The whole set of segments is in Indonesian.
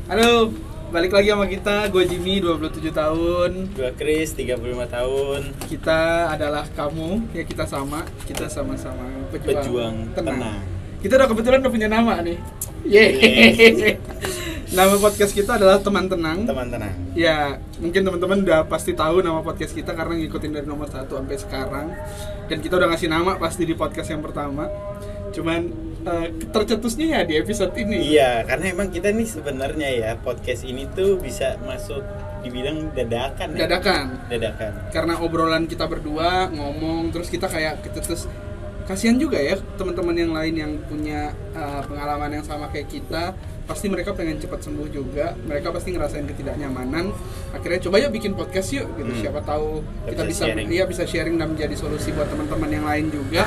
Halo, balik lagi sama kita. Gue Jimmy, 27 tahun. Gue Chris, 35 tahun. Kita adalah kamu, ya kita sama-sama pejuang tenang. Kita kebetulan udah punya nama nih. Yeay. Nama podcast kita adalah Teman Tenang. Teman Tenang. Ya, mungkin teman-teman udah pasti tahu nama podcast kita karena ngikutin dari nomor 1 sampai sekarang. Dan kita udah ngasih nama pasti di podcast yang pertama. Cuman tercetusnya ya di episode ini. Iya, karena emang kita nih sebenarnya ya podcast ini tuh bisa masuk dibilang dadakan. Dadakan. Karena obrolan kita berdua ngomong terus kita kayak kecetus. Kasihan juga ya teman-teman yang lain yang punya pengalaman yang sama kayak kita. Pasti mereka pengen cepat sembuh juga. Mereka pasti ngerasain ketidaknyamanan. Akhirnya coba ya bikin podcast yuk gitu. Siapa tahu kita bisa sharing dan menjadi solusi buat teman-teman yang lain juga.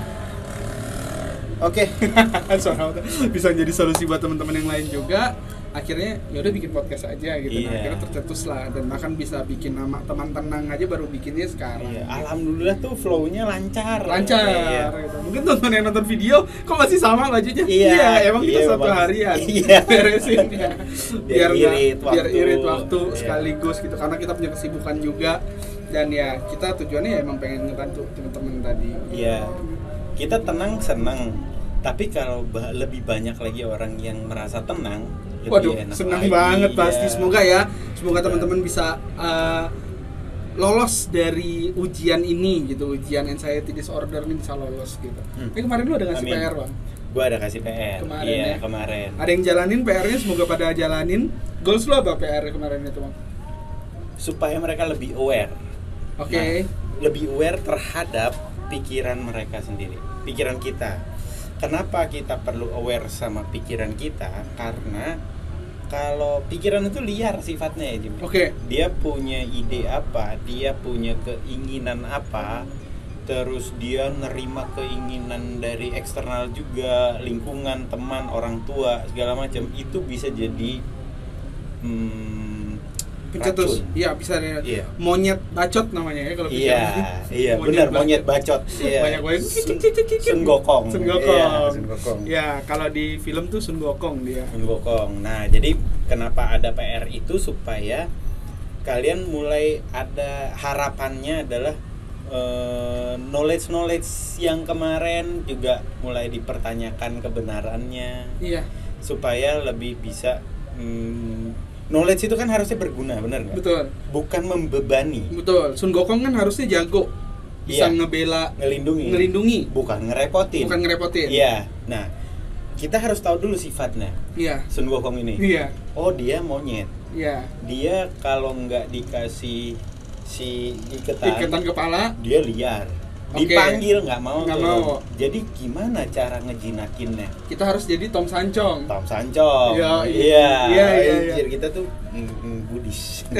Oke. Bisa jadi solusi buat teman-teman yang lain juga. Akhirnya ya udah bikin podcast aja gitu. Iya. Nah, akhirnya tercetus lah dan bahkan bisa bikin nama Teman Tenang aja baru bikinnya sekarang. Iya, alhamdulillah tuh flow-nya lancar. Iya. Gitu. Mungkin tonton yang nonton video kok masih sama bajunya. Iya, emang kita satu harian. Iya. Beresin ya. Biar irit waktu Iya. sekaligus gitu karena kita punya kesibukan juga dan ya kita tujuannya ya emang pengen ngebantu teman-teman tadi. Iya. Kita tenang senang. Tapi kalau lebih banyak lagi orang yang merasa tenang, lebih enak senang lagi. banget pasti. Iya. Semoga teman-teman bisa lolos dari ujian ini gitu, ujian anxiety disorder ini bisa lolos gitu. Kemarin lu ada ngasih Amin. PR bang? Gua ada kasih PR. Kemarin. Ada yang jalanin PR-nya, semoga pada jalanin. Goals lu apa PR kemarin itu bang? Supaya mereka lebih aware. Oke. Nah, lebih aware terhadap pikiran mereka sendiri, pikiran kita. Kenapa kita perlu aware sama pikiran kita? Karena kalau pikiran itu liar sifatnya ya Jim. Oke. Dia punya ide apa, dia punya keinginan apa, terus dia nerima keinginan dari eksternal juga, lingkungan, teman, orang tua, segala macam. Itu bisa jadi Pencetus. Iya, bisa ya. Iya. Monyet bacot namanya ya kalau Iya, benar monyet bacot. Iya. Banyak banget. Sun Gokong. Iya, Sun Gokong. Ya, kalau di film tuh Sun Gokong dia. Sun Gokong. Nah, jadi kenapa ada PR itu supaya kalian mulai ada harapannya adalah knowledge yang kemarin juga mulai dipertanyakan kebenarannya. Iya. Supaya lebih bisa knowledge itu kan harusnya berguna, benar nggak? Betul. Bukan membebani. Betul. Sun Gokong kan harusnya jago. Bisa Iya. ngebela, ngelindungi. Bukan ngerepotin. Iya. Nah, kita harus tahu dulu sifatnya. Iya. Sun Gokong ini. Iya. Oh, dia monyet. Iya. Dia kalau nggak dikasih si iketan kepala, dia liar. Oke. Dipanggil nggak mau. Jadi gimana cara ngejinakinnya? kita harus jadi Tom Sancong. Tom Sancong. Iya. Anjir, kita tuh Buddhis.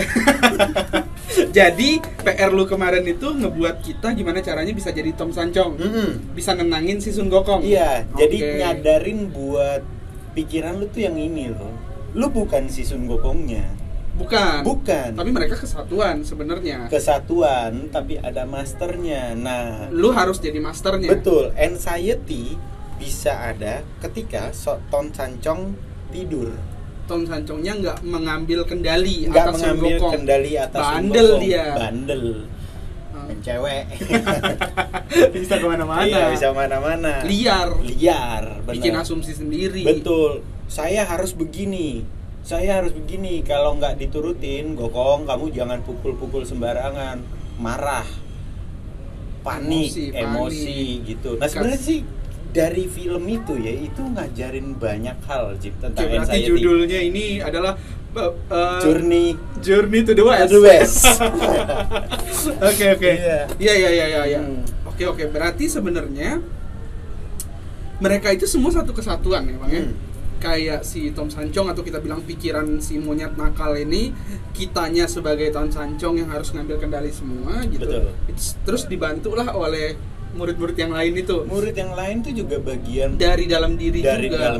Jadi PR lu kemarin itu ngebuat kita gimana caranya bisa jadi Tom Sancong. Bisa nenangin si Sun Gokong. Iya, Oke. jadi nyadarin buat pikiran lu tuh yang ini loh. Lu bukan si Sun Gokongnya. Bukan. Tapi mereka kesatuan sebenarnya. Kesatuan, tapi ada masternya. Nah, Lu harus jadi masternya. betul. Anxiety bisa ada ketika Tom Sancong tidur. Tom Sancongnya nggak mengambil kendali Nggak atas Sun mengambil Gokong. kendali atas Sun Bandel Gokong. dia. Bandel. Main cewek. Bisa kemana-mana. Iya, bisa mana-mana. Liar. Benar. Bikin asumsi sendiri. Betul. Saya harus begini. Kalau nggak diturutin, Gokong, kamu jangan pukul-pukul sembarangan, marah, panik, emosi gitu. Nah, sebenarnya sih dari film itu ya, itu ngajarin banyak hal tentang berarti anxiety. judulnya ini adalah Journey to the West. Oke. Iya. Oke. Berarti sebenarnya mereka itu semua satu kesatuan ya, Bang ya. Kayak si Tom Sancong atau kita bilang pikiran si monyet nakal ini, kitanya sebagai Tom Sancong yang harus ngambil kendali semua gitu. Betul. Terus dibantulah oleh murid-murid yang lain itu. Murid yang lain tuh juga bagian dari dalam diri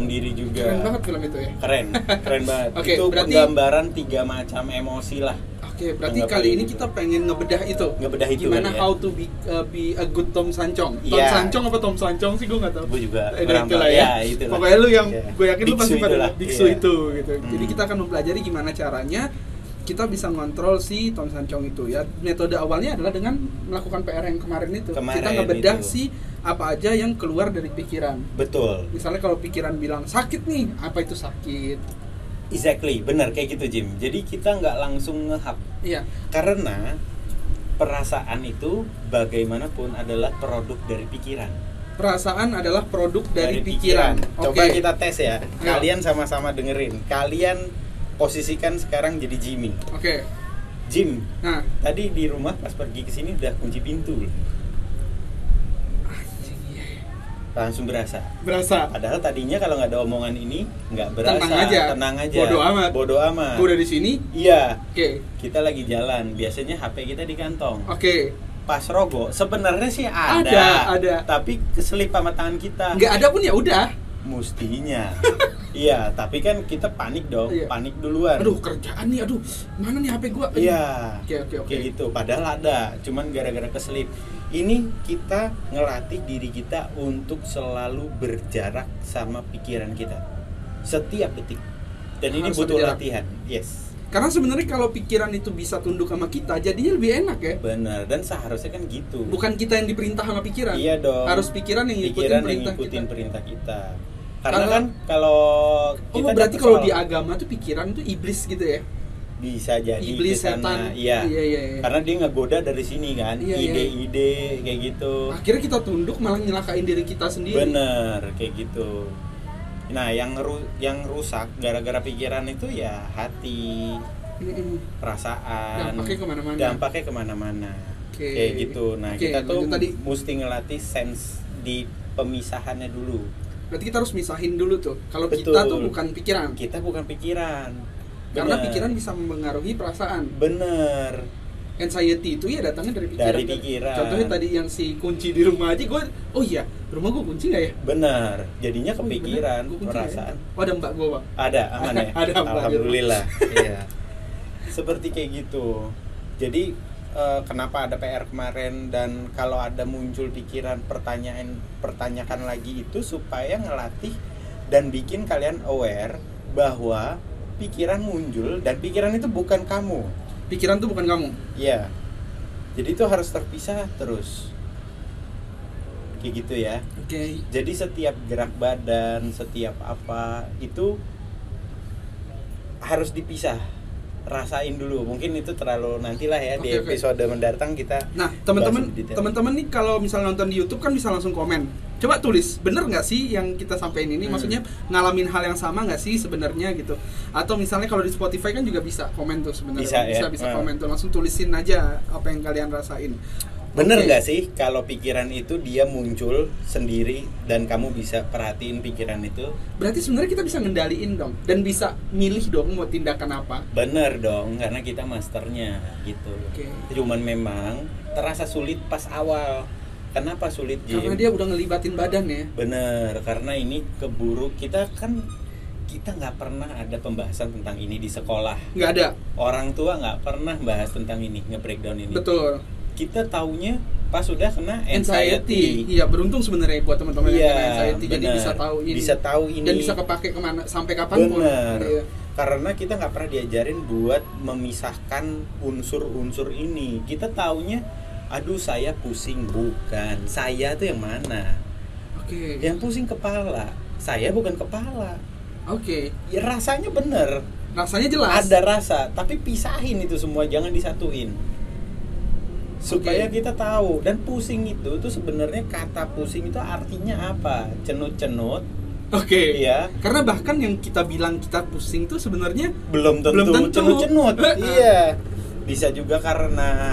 juga. Keren banget film itu ya. Keren banget. Oke, itu berarti penggambaran 3 macam emosi lah. Oke, berarti kali ini kita pengen ngebedah itu. Gimana ya? how to be a good Tom Sancong. Tom Yeah. Sancong apa Tom Sancong sih gue nggak tahu. Gue juga. Itulah ya. Itulah. Pokoknya lu yang gue yakin lu pasti pada biksu yeah. itu gitu. Jadi kita akan mempelajari gimana caranya kita bisa ngontrol si Tom Sancong itu ya. Metode awalnya adalah dengan melakukan PR yang kemarin itu. Kita ngebedah si apa aja yang keluar dari pikiran. Betul. Misalnya kalau pikiran bilang sakit nih, apa itu sakit? Exactly, benar kayak gitu Jim. Jadi kita nggak langsung ngehap. Iya. Karena perasaan itu bagaimanapun adalah produk dari pikiran. Perasaan adalah produk dari pikiran. Coba kita tes ya. Kalian sama-sama dengerin. Kalian posisikan sekarang jadi Jimmy. Oke. Jim. Nah, tadi di rumah pas pergi ke sini udah kunci pintu. Langsung berasa. Padahal tadinya kalau nggak ada omongan ini nggak berasa. Tenang aja. Bodo amat. Gue udah di sini. Iya. Oke. Kita lagi jalan. Biasanya HP kita di kantong. Oke. Pas rogo, sebenarnya sih ada. Tapi keselip sama tangan kita. Nggak ada pun ya udah. Mestinya. Iya, tapi kan kita panik dong. Iya. Panik duluan. Aduh, kerjaan nih. Aduh, mana nih HP gua? Iya. Oke. Kayak gitu. Padahal ada, cuman gara-gara keselip. Ini kita ngelatih diri kita untuk selalu berjarak sama pikiran kita setiap detik. Dan ini butuh latihan. Yes. Karena sebenarnya kalau pikiran itu bisa tunduk sama kita, jadinya lebih enak ya. Benar. Dan seharusnya kan gitu. Bukan kita yang diperintah sama pikiran. Iya dong. Harus pikiran yang ngikutin perintah kita. Karena kan kalau kita berarti kalau di agama tuh pikiran itu iblis gitu ya. Bisa jadi iblis, setan. Iya. Karena dia ngegoda dari sini kan, ide-ide kayak gitu. Akhirnya kita tunduk malah nyelakain diri kita sendiri. Bener, kayak gitu. Nah, yang rusak gara-gara pikiran itu ya hati, perasaan, dampaknya kemana-mana. Kayak gitu. Nah, kita tuh mesti ngelatih sense di pemisahannya dulu. Berarti kita harus misahin dulu tuh. Kalau kita tuh bukan pikiran. Kita bukan pikiran. Karena pikiran bisa mempengaruhi perasaan. Bener. Anxiety itu ya datangnya dari pikiran. Contohnya tadi yang si kunci di rumah aja gue, oh iya, rumah gue kunci nggak ya? Bener. Jadinya kepikiran, perasaan. Oh, ada mbak gue bang. Ada, aman ya. Ada mbak. Alhamdulillah. Iya. Seperti kayak gitu. Jadi kenapa ada PR kemarin dan kalau ada muncul pikiran pertanyakan lagi itu supaya ngelatih dan bikin kalian aware bahwa pikiran muncul dan pikiran itu bukan kamu. Pikiran itu bukan kamu. Iya. Jadi itu harus terpisah terus. Kayak gitu ya. Oke. Jadi setiap gerak badan, setiap apa itu harus dipisah. Rasain dulu. Mungkin itu terlalu nantilah ya di episode mendatang kita. Nah, teman-teman nih kalau misalnya nonton di YouTube kan bisa langsung komen. Coba tulis, bener nggak sih yang kita sampaikan ini? Maksudnya ngalamin hal yang sama nggak sih sebenarnya gitu? Atau misalnya kalau di Spotify kan juga bisa komen tuh sebenarnya. Bisa komen tuh, langsung tulisin aja apa yang kalian rasain. Bener nggak sih kalau pikiran itu dia muncul sendiri dan kamu bisa perhatiin pikiran itu? Berarti sebenarnya kita bisa ngendaliin dong dan bisa milih dong mau tindakan apa? Bener dong, karena kita masternya gitu. Cuman memang terasa sulit pas awal. Kenapa sulit, Jim? Karena dia udah ngelibatin badan ya. Bener, karena ini keburu kita nggak pernah ada pembahasan tentang ini di sekolah. Nggak ada. Orang tua nggak pernah bahas tentang ini, nge-breakdown ini. Betul. Kita taunya pas sudah kena anxiety. Iya, beruntung sebenarnya buat teman-teman yang kena anxiety. Bener. Jadi bisa tahu ini. Dan bisa kepake kemana sampai kapanpun. Bener. Iya. Karena kita nggak pernah diajarin buat memisahkan unsur-unsur ini. Kita taunya, aduh saya pusing, bukan. Saya tuh yang mana? Yang pusing kepala. Saya bukan kepala. Ya, rasanya bener. Rasanya jelas. Ada rasa, tapi pisahin itu semua, jangan disatuin. Supaya kita tahu. Dan pusing itu tuh sebenarnya kata pusing itu artinya apa? Cenut-cenut. Iya. Karena bahkan yang kita bilang kita pusing tuh sebenarnya belum tentu cenut-cenut. Iya. Bisa juga karena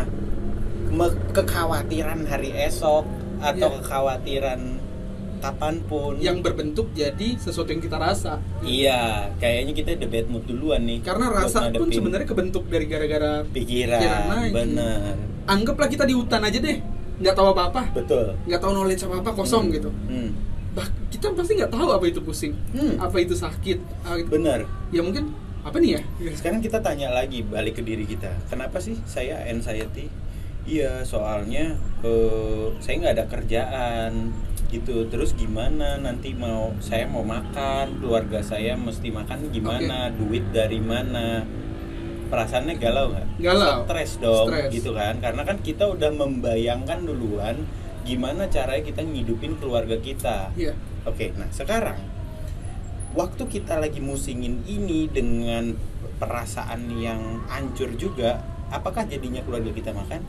kekhawatiran hari esok atau kekhawatiran kapanpun yang berbentuk jadi sesuatu yang kita rasa. Iya, kayaknya kita the bad mood duluan nih. Karena rasa pun sebenarnya kebentuk dari gara-gara pikiran. Bener. Anggaplah kita di hutan aja deh, nggak tahu apa-apa. Betul. Nggak tahu knowledge apa-apa, kosong gitu. Kita pasti nggak tahu apa itu pusing, apa itu sakit. Bener. Ya mungkin Apa nih ya? Sekarang kita tanya lagi, balik ke diri kita. Kenapa sih saya anxiety? Iya, soalnya saya nggak ada kerjaan gitu. Terus gimana nanti saya mau makan, keluarga saya mesti makan gimana, duit dari mana? Perasaannya galau nggak? Galau. Stres dong, gitu kan? Karena kan kita udah membayangkan duluan gimana caranya kita ngidupin keluarga kita. Iya. Oke, nah sekarang waktu kita lagi musingin ini dengan perasaan yang hancur juga, apakah jadinya keluarga kita makan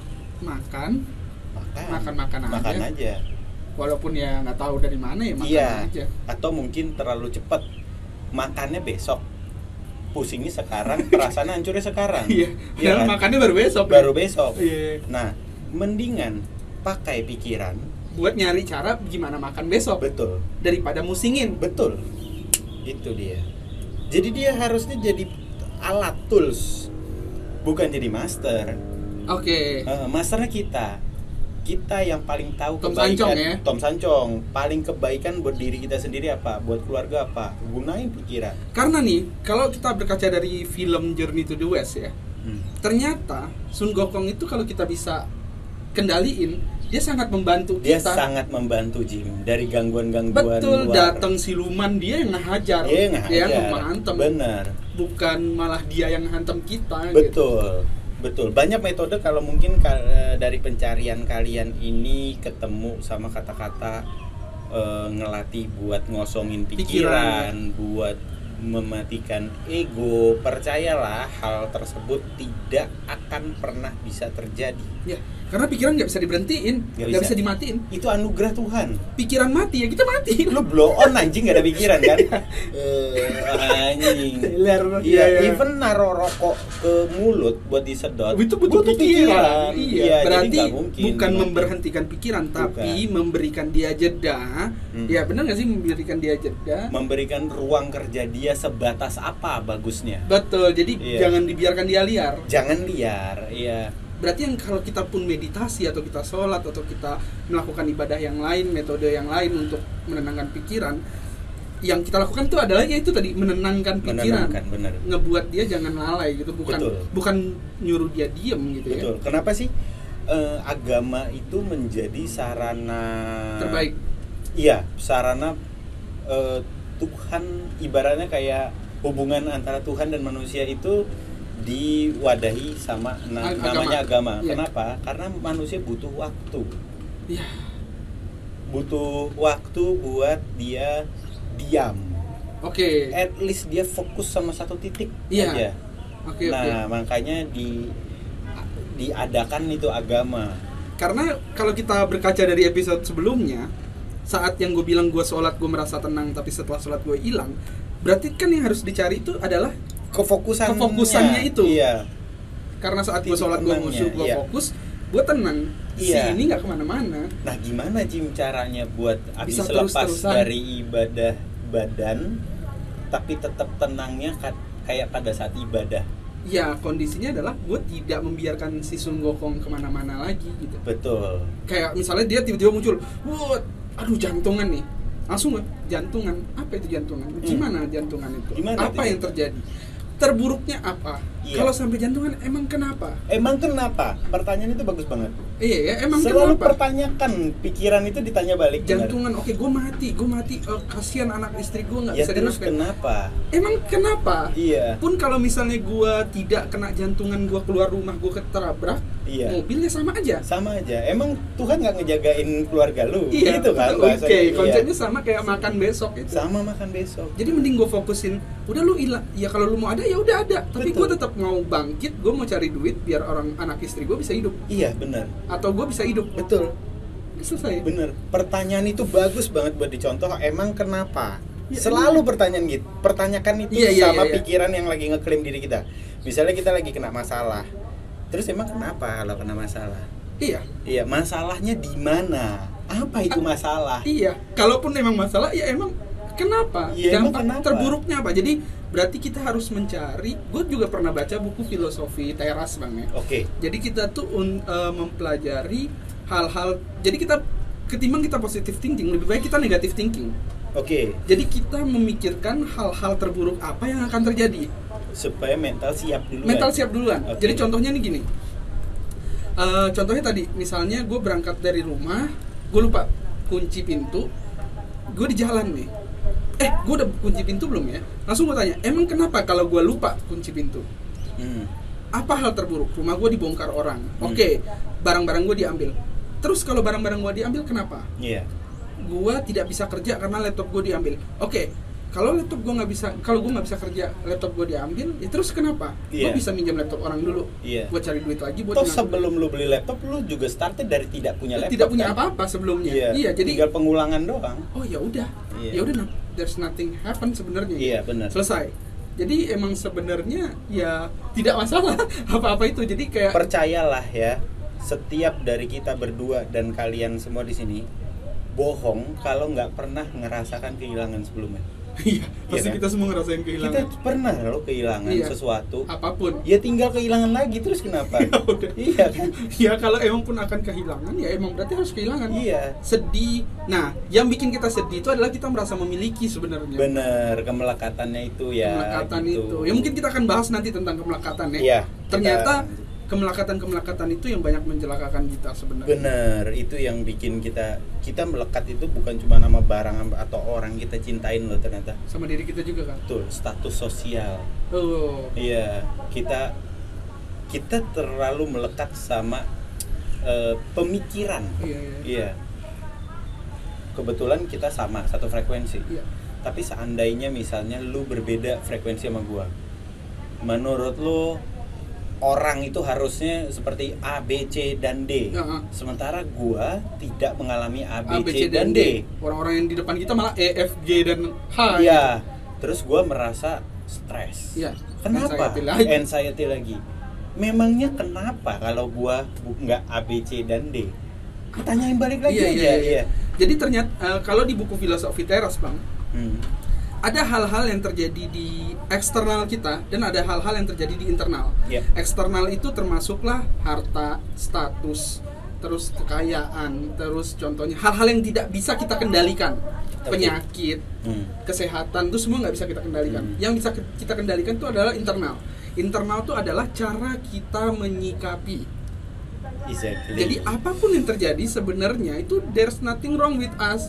aja. Walaupun ya nggak tahu dari mana ya makan aja. Atau mungkin terlalu cepat, makannya besok, pusingnya sekarang, perasaan hancurnya sekarang. Iya. Kan? Makannya baru besok. Iya. Nah, mendingan pakai pikiran buat nyari cara gimana makan besok. Betul. Daripada musingin. Betul. Itu dia. Jadi dia harusnya jadi alat, tools, bukan jadi master. Oke. Masternya kita yang paling tahu kebaikan. Tom Sancong paling kebaikan buat diri kita sendiri apa, buat keluarga apa, gunain pikiran. Karena nih, kalau kita berkaca dari film Journey to the West ya, ternyata Sun Gokong itu kalau kita bisa kendaliin, dia sangat membantu kita. Dia sangat membantu, Jim, dari gangguan-gangguan. Betul, luar. Datang siluman dia yang ngehajar. Dia yang menghantam. Benar. Bukan malah dia yang hantam kita. Betul. Gitu. Betul, banyak metode. Kalau mungkin dari pencarian kalian ini ketemu sama kata-kata ngelatih buat ngosongin pikiran, buat mematikan ego, percayalah hal tersebut tidak akan pernah bisa terjadi. Ya, karena pikiran nggak bisa diberhentiin, nggak bisa dimatiin. Itu anugerah Tuhan. Pikiran mati ya kita mati. Lu blow on anjing, nggak ada pikiran kan? Anjing. Iya, even naruh rokok ke mulut buat disedot. Itu butuh pikiran. Iya, berarti bukan memberhentikan pikiran, tapi memberikan dia jeda. Ya benar nggak sih, memberikan dia jeda? Memberikan ruang kerja dia sebatas apa bagusnya. Betul. Jadi jangan dibiarkan dia liar. Jangan liar. Iya. Berarti yang kalau kita pun meditasi atau kita sholat atau kita melakukan ibadah yang lain, metode yang lain untuk menenangkan pikiran, yang kita lakukan itu adalah ya itu tadi, menenangkan pikiran, bener. Ngebuat dia jangan lalai gitu, bukan nyuruh dia diem gitu. Betul. Ya. Kenapa sih agama itu menjadi sarana terbaik? Iya, sarana Tuhan, ibaratnya kayak hubungan antara Tuhan dan manusia itu diwadahi sama namanya agama. Ya. Kenapa? Karena manusia butuh waktu. Ya. Butuh waktu buat dia diam. Oke. At least dia fokus sama satu titik aja. Nah, makanya diadakan itu agama. Karena kalau kita berkaca dari episode sebelumnya, saat yang gue bilang gue sholat gue merasa tenang, tapi setelah sholat gue hilang, berarti kan yang harus dicari itu adalah kefokusannya itu. Iya. Karena saat gue sholat gue khusyuk, gue fokus, gue tenang. Ini nggak kemana-mana. Nah, gimana Jim caranya buat habis lepas dari ibadah badan, tapi tetap tenangnya kayak pada saat ibadah? Ya, kondisinya adalah gue tidak membiarkan si Sun Gokong kemana-mana lagi gitu. Betul. Kayak misalnya dia tiba-tiba muncul, aduh jantungan nih, langsung jantungan. Apa itu jantungan? Gimana jantungan itu? Apa yang terjadi? Terburuknya apa? Iya. Kalau sampai jantungan, emang kenapa? Pertanyaan itu bagus banget. Iya ya, emang selalu kenapa? Pertanyakan, pikiran itu ditanya balik. Jantungan, oke, gue mati. Kasihan anak istri gue nggak bisa terus kenapa? Emang kenapa? Iya. Pun kalau misalnya gue tidak kena jantungan, gue keluar rumah, gue ketabrak, mobilnya sama aja. Emang Tuhan nggak ngejagain keluarga lu? Iya, gitu kan? Oke, konsepnya sama kayak makan besok itu. Sama makan besok. Jadi mending gue fokusin, udah lu hilang. Ya kalau lu mau ada ya udah ada. Tapi gue tetap mau bangkit, gue mau cari duit biar anak istri gue bisa hidup. Iya, benar. Atau gue bisa hidup. Betul. Selesai. Bener. Pertanyaan itu bagus banget buat dicontoh. Emang kenapa? Selalu pertanyaan gitu. Pertanyakan itu sama pikiran yang lagi ngeklaim diri kita. Misalnya kita lagi kena masalah. Terus emang kenapa kalau kena masalah? Iya, masalahnya di mana? Apa itu masalah? Iya. Kalaupun emang masalah, ya emang kenapa? Dampak terburuknya apa? Jadi berarti kita harus mencari. Gue juga pernah baca buku filosofi teras, Bang ya. Oke. Jadi kita tuh mempelajari hal-hal. Jadi kita ketimbang kita positive thinking, lebih baik kita negative thinking. Oke. Jadi kita memikirkan hal-hal terburuk apa yang akan terjadi. supaya mental siap duluan. Okay. Jadi contohnya nih gini, contohnya tadi misalnya gue berangkat dari rumah, gue lupa kunci pintu, gue di jalan nih, gue udah kunci pintu belum ya? Langsung gue tanya, emang kenapa kalau gue lupa kunci pintu? Apa hal terburuk? Rumah gue dibongkar orang. Oke, barang-barang gue diambil. Terus kalau barang-barang gue diambil kenapa? Gue tidak bisa kerja karena laptop gue diambil. Oke, kalau laptop gue nggak bisa, kalau gue nggak bisa kerja, laptop gue diambil, ya terus kenapa? Gue bisa minjam laptop orang dulu, gue cari duit lagi buat. Toh sebelum lu beli laptop, lu juga started dari tidak punya laptop. Tidak punya apa-apa sebelumnya. Iya, jadi tinggal pengulangan doang. Oh ya udah, ya udah, there's nothing happen sebenarnya. Iya benar. Selesai. Jadi emang sebenarnya ya tidak masalah apa-apa itu. Jadi kayak percayalah ya, setiap dari kita berdua dan kalian semua di sini bohong kalau nggak pernah ngerasakan kehilangan sebelumnya. Iya, pasti kita semua ngerasain kehilangan. Kita pernah loh kehilangan sesuatu. Apapun. Ya tinggal kehilangan lagi, terus kenapa? Iya kan? Ya kalau emang pun akan kehilangan, ya emang berarti harus kehilangan. Iya. Sedih. Nah, yang bikin kita sedih itu adalah kita merasa memiliki sebenarnya. Bener, kemelekatannya itu ya. Kemelekatan gitu. itu. Ya mungkin kita akan bahas nanti tentang kemelekatan ya. Iya. Ternyata kemelekatan itu yang banyak mencelakakan kita sebenarnya. Bener, itu yang bikin kita melekat itu bukan cuma nama barang atau orang kita cintain loh ternyata. Sama diri kita juga kan. Betul, status sosial. Oh. Iya, kita terlalu melekat sama pemikiran. Iya. Kebetulan kita sama satu frekuensi. Iya. Tapi seandainya misalnya lu berbeda frekuensi sama gua, menurut lu orang itu harusnya seperti A, B, C, dan D. Sementara gua tidak mengalami A, B, C, dan D. Orang-orang yang di depan kita malah E, F, G, dan H. Iya. Terus gua merasa stres. Iya. Kenapa? Anxiety lagi. Memangnya kenapa kalau gua nggak A, B, C, dan D? Tanyain balik lagi aja. Iya. Jadi ternyata kalau di buku filosofi teras, Bang, ada hal-hal yang terjadi di eksternal kita dan ada hal-hal yang terjadi di internal. Eksternal itu termasuklah harta, status, terus kekayaan, terus contohnya hal-hal yang tidak bisa kita kendalikan, penyakit, kesehatan itu semua nggak bisa kita kendalikan. Yang bisa kita kendalikan itu adalah internal. Internal itu adalah cara kita menyikapi. Exactly. Jadi apapun yang terjadi sebenarnya itu there's nothing wrong with us.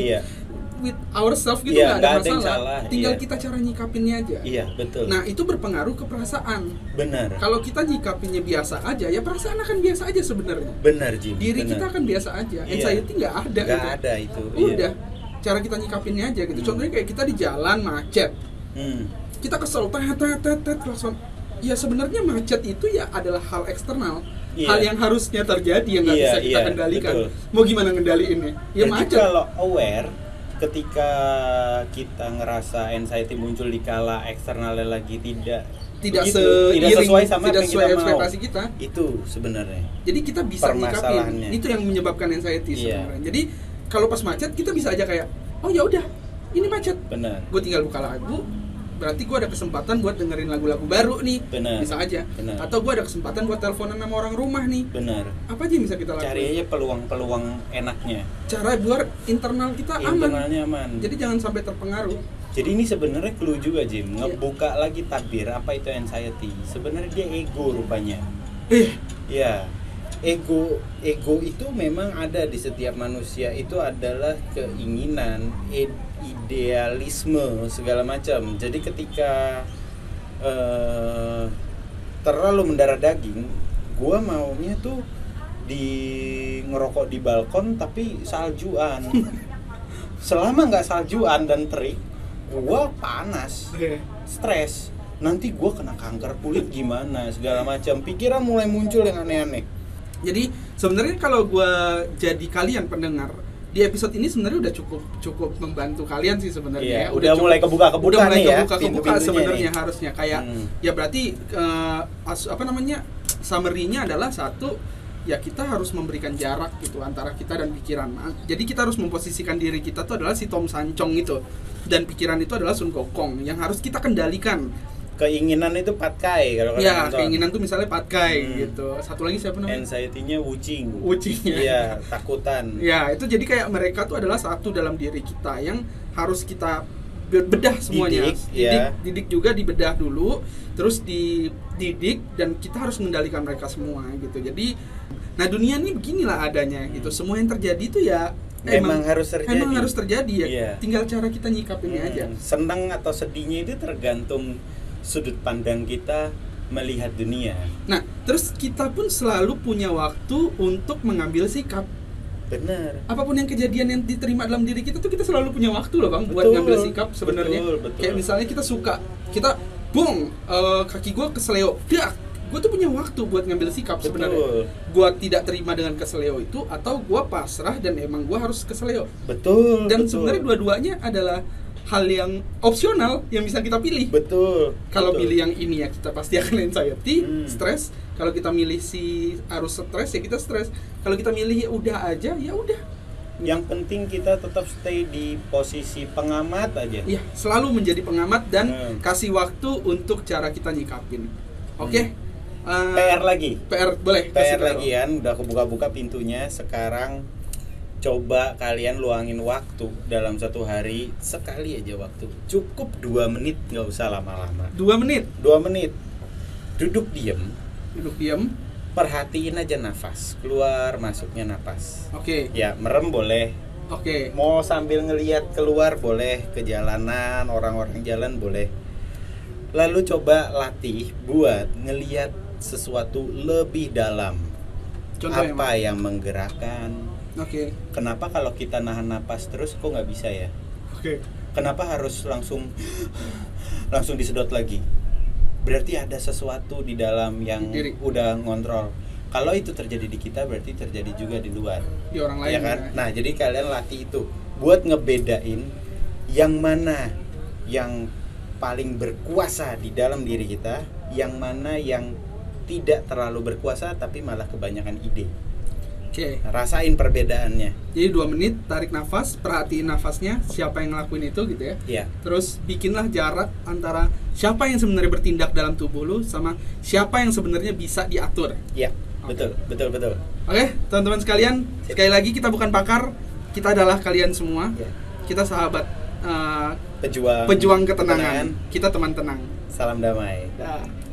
With ourselves gitu, nggak ada masalah. Tinggal kita cara nyikapinnya aja. Iya, betul. Nah, itu berpengaruh ke perasaan. Benar. Kalau kita nyikapinnya biasa aja, ya perasaan akan biasa aja sebenarnya. Benar, Jim. Diri kita akan biasa aja. Anxiety nggak ada. Nggak ada itu. Udah. Cara kita nyikapinnya aja gitu. Contohnya kayak kita di jalan macet. Kita kesel, langsung. Ya sebenarnya macet itu ya adalah hal eksternal. Hal yang harusnya terjadi yang nggak bisa kita kendalikan. Betul. Mau gimana ngendaliinnya? Ya macet. Kalau aware, ketika kita ngerasa anxiety muncul di kala eksternalnya lagi tidak sesuai sama tidak sesuai ekspektasi kita, itu sebenarnya. Jadi kita bisa nyikapin. Itu yang menyebabkan anxiety sebenarnya. Jadi kalau pas macet kita bisa aja kayak, oh ya udah, ini macet. Benar. Gue tinggal buka lagu. Berarti gue ada kesempatan buat dengerin lagu-lagu baru nih. Benar. Bisa aja. Benar. Atau gue ada kesempatan buat teleponan sama orang rumah nih. Benar. Apa aja yang bisa kita lakukan? Cari aja peluang-peluang enaknya. Cara biar internal kita Internalnya aman. Jadi jangan sampai terpengaruh. Jadi ini sebenarnya clue juga, Jim. Ngebuka lagi tabir apa itu anxiety. Sebenarnya dia ego rupanya. Iya. Ego itu memang ada di setiap manusia. Itu adalah keinginan, idealisme segala macam. Jadi ketika terlalu mendarah daging, gua maunya tuh ngerokok di balkon tapi saljuan. Selama nggak saljuan dan terik, gua panas, stres. Nanti gua kena kanker kulit gimana segala macam. Pikiran mulai muncul yang aneh-aneh. Jadi sebenarnya kalau gue jadi kalian pendengar di episode ini sebenarnya udah cukup membantu kalian sih sebenarnya. Udah mulai kebuka nih ya. Kebuka sebenarnya harusnya kayak ya berarti summary-nya adalah satu, ya kita harus memberikan jarak gitu antara kita dan pikiran. Jadi kita harus memposisikan diri kita tuh adalah si Tom Sancong itu, dan pikiran itu adalah Sun Gokong yang harus kita kendalikan. Keinginan itu patkai kalau ya, keinginan tuh misalnya patkai gitu. Satu lagi siapa namanya? Anxiety-nya wucing. Iya, takutan. Ya, itu jadi kayak mereka tuh adalah satu dalam diri kita yang harus kita bedah semuanya. Didik, didik juga dibedah dulu, terus dididik, dan kita harus mengendalikan mereka semua gitu. Jadi, nah dunia ini beginilah adanya gitu. Semua yang terjadi itu ya emang harus terjadi ya. Tinggal cara kita nyikapinnya aja. Senang atau sedihnya itu tergantung sudut pandang kita melihat dunia. Nah, terus kita pun selalu punya waktu untuk mengambil sikap. Benar. Apapun yang kejadian yang diterima dalam diri kita tuh kita selalu punya waktu loh Bang, buat ngambil sikap sebenarnya. Kayak misalnya kita kaki gue keseleo, gue tuh punya waktu buat ngambil sikap sebenarnya. Gue tidak terima dengan keseleo itu, atau gue pasrah dan emang gue harus keseleo. Betul. Dan sebenarnya dua-duanya adalah hal yang opsional yang bisa kita pilih. Kalau pilih yang ini ya kita pasti akan anxiety, stres. Kalau kita milih si harus stres ya kita stres. Kalau kita milih ya udah aja, ya udah. Yang penting kita tetap stay di posisi pengamat aja. Iya, selalu menjadi pengamat dan kasih waktu untuk cara kita nyikapin. Oke? PR lagi. Boleh. PR lagi kan, udah kebuka-buka pintunya. Sekarang coba kalian luangin waktu dalam satu hari, sekali aja waktu. Cukup 2 menit, nggak usah lama-lama. 2 menit? 2 menit. Duduk diem. Perhatiin aja nafas, keluar masuknya nafas. Oke. Ya, merem boleh. Oke. Mau sambil ngelihat keluar boleh, ke jalanan, orang-orang jalan boleh. Lalu coba latih buat ngelihat sesuatu lebih dalam. Contohnya apa yang menggerakkan? Oke. Kenapa kalau kita nahan napas terus kok nggak bisa ya? Oke. Kenapa harus langsung disedot lagi? Berarti ada sesuatu di dalam yang udah ngontrol. Kalau itu terjadi di kita, berarti terjadi juga di luar. Di orang lain. Ya kan? Nah, jadi kalian latih itu buat ngebedain yang mana yang paling berkuasa di dalam diri kita, yang mana yang tidak terlalu berkuasa tapi malah kebanyakan ide. Oke. Rasain perbedaannya. Jadi 2 menit, tarik nafas, perhatiin nafasnya, siapa yang ngelakuin itu gitu ya. Iya. Terus bikinlah jarak antara siapa yang sebenarnya bertindak dalam tubuh lu sama siapa yang sebenarnya bisa diatur. Iya. Betul. Oke, teman-teman sekalian, sekali lagi kita bukan pakar, kita adalah kalian semua. Ya. Kita sahabat pejuang ketenangan. Kita teman tenang. Salam damai. Dah.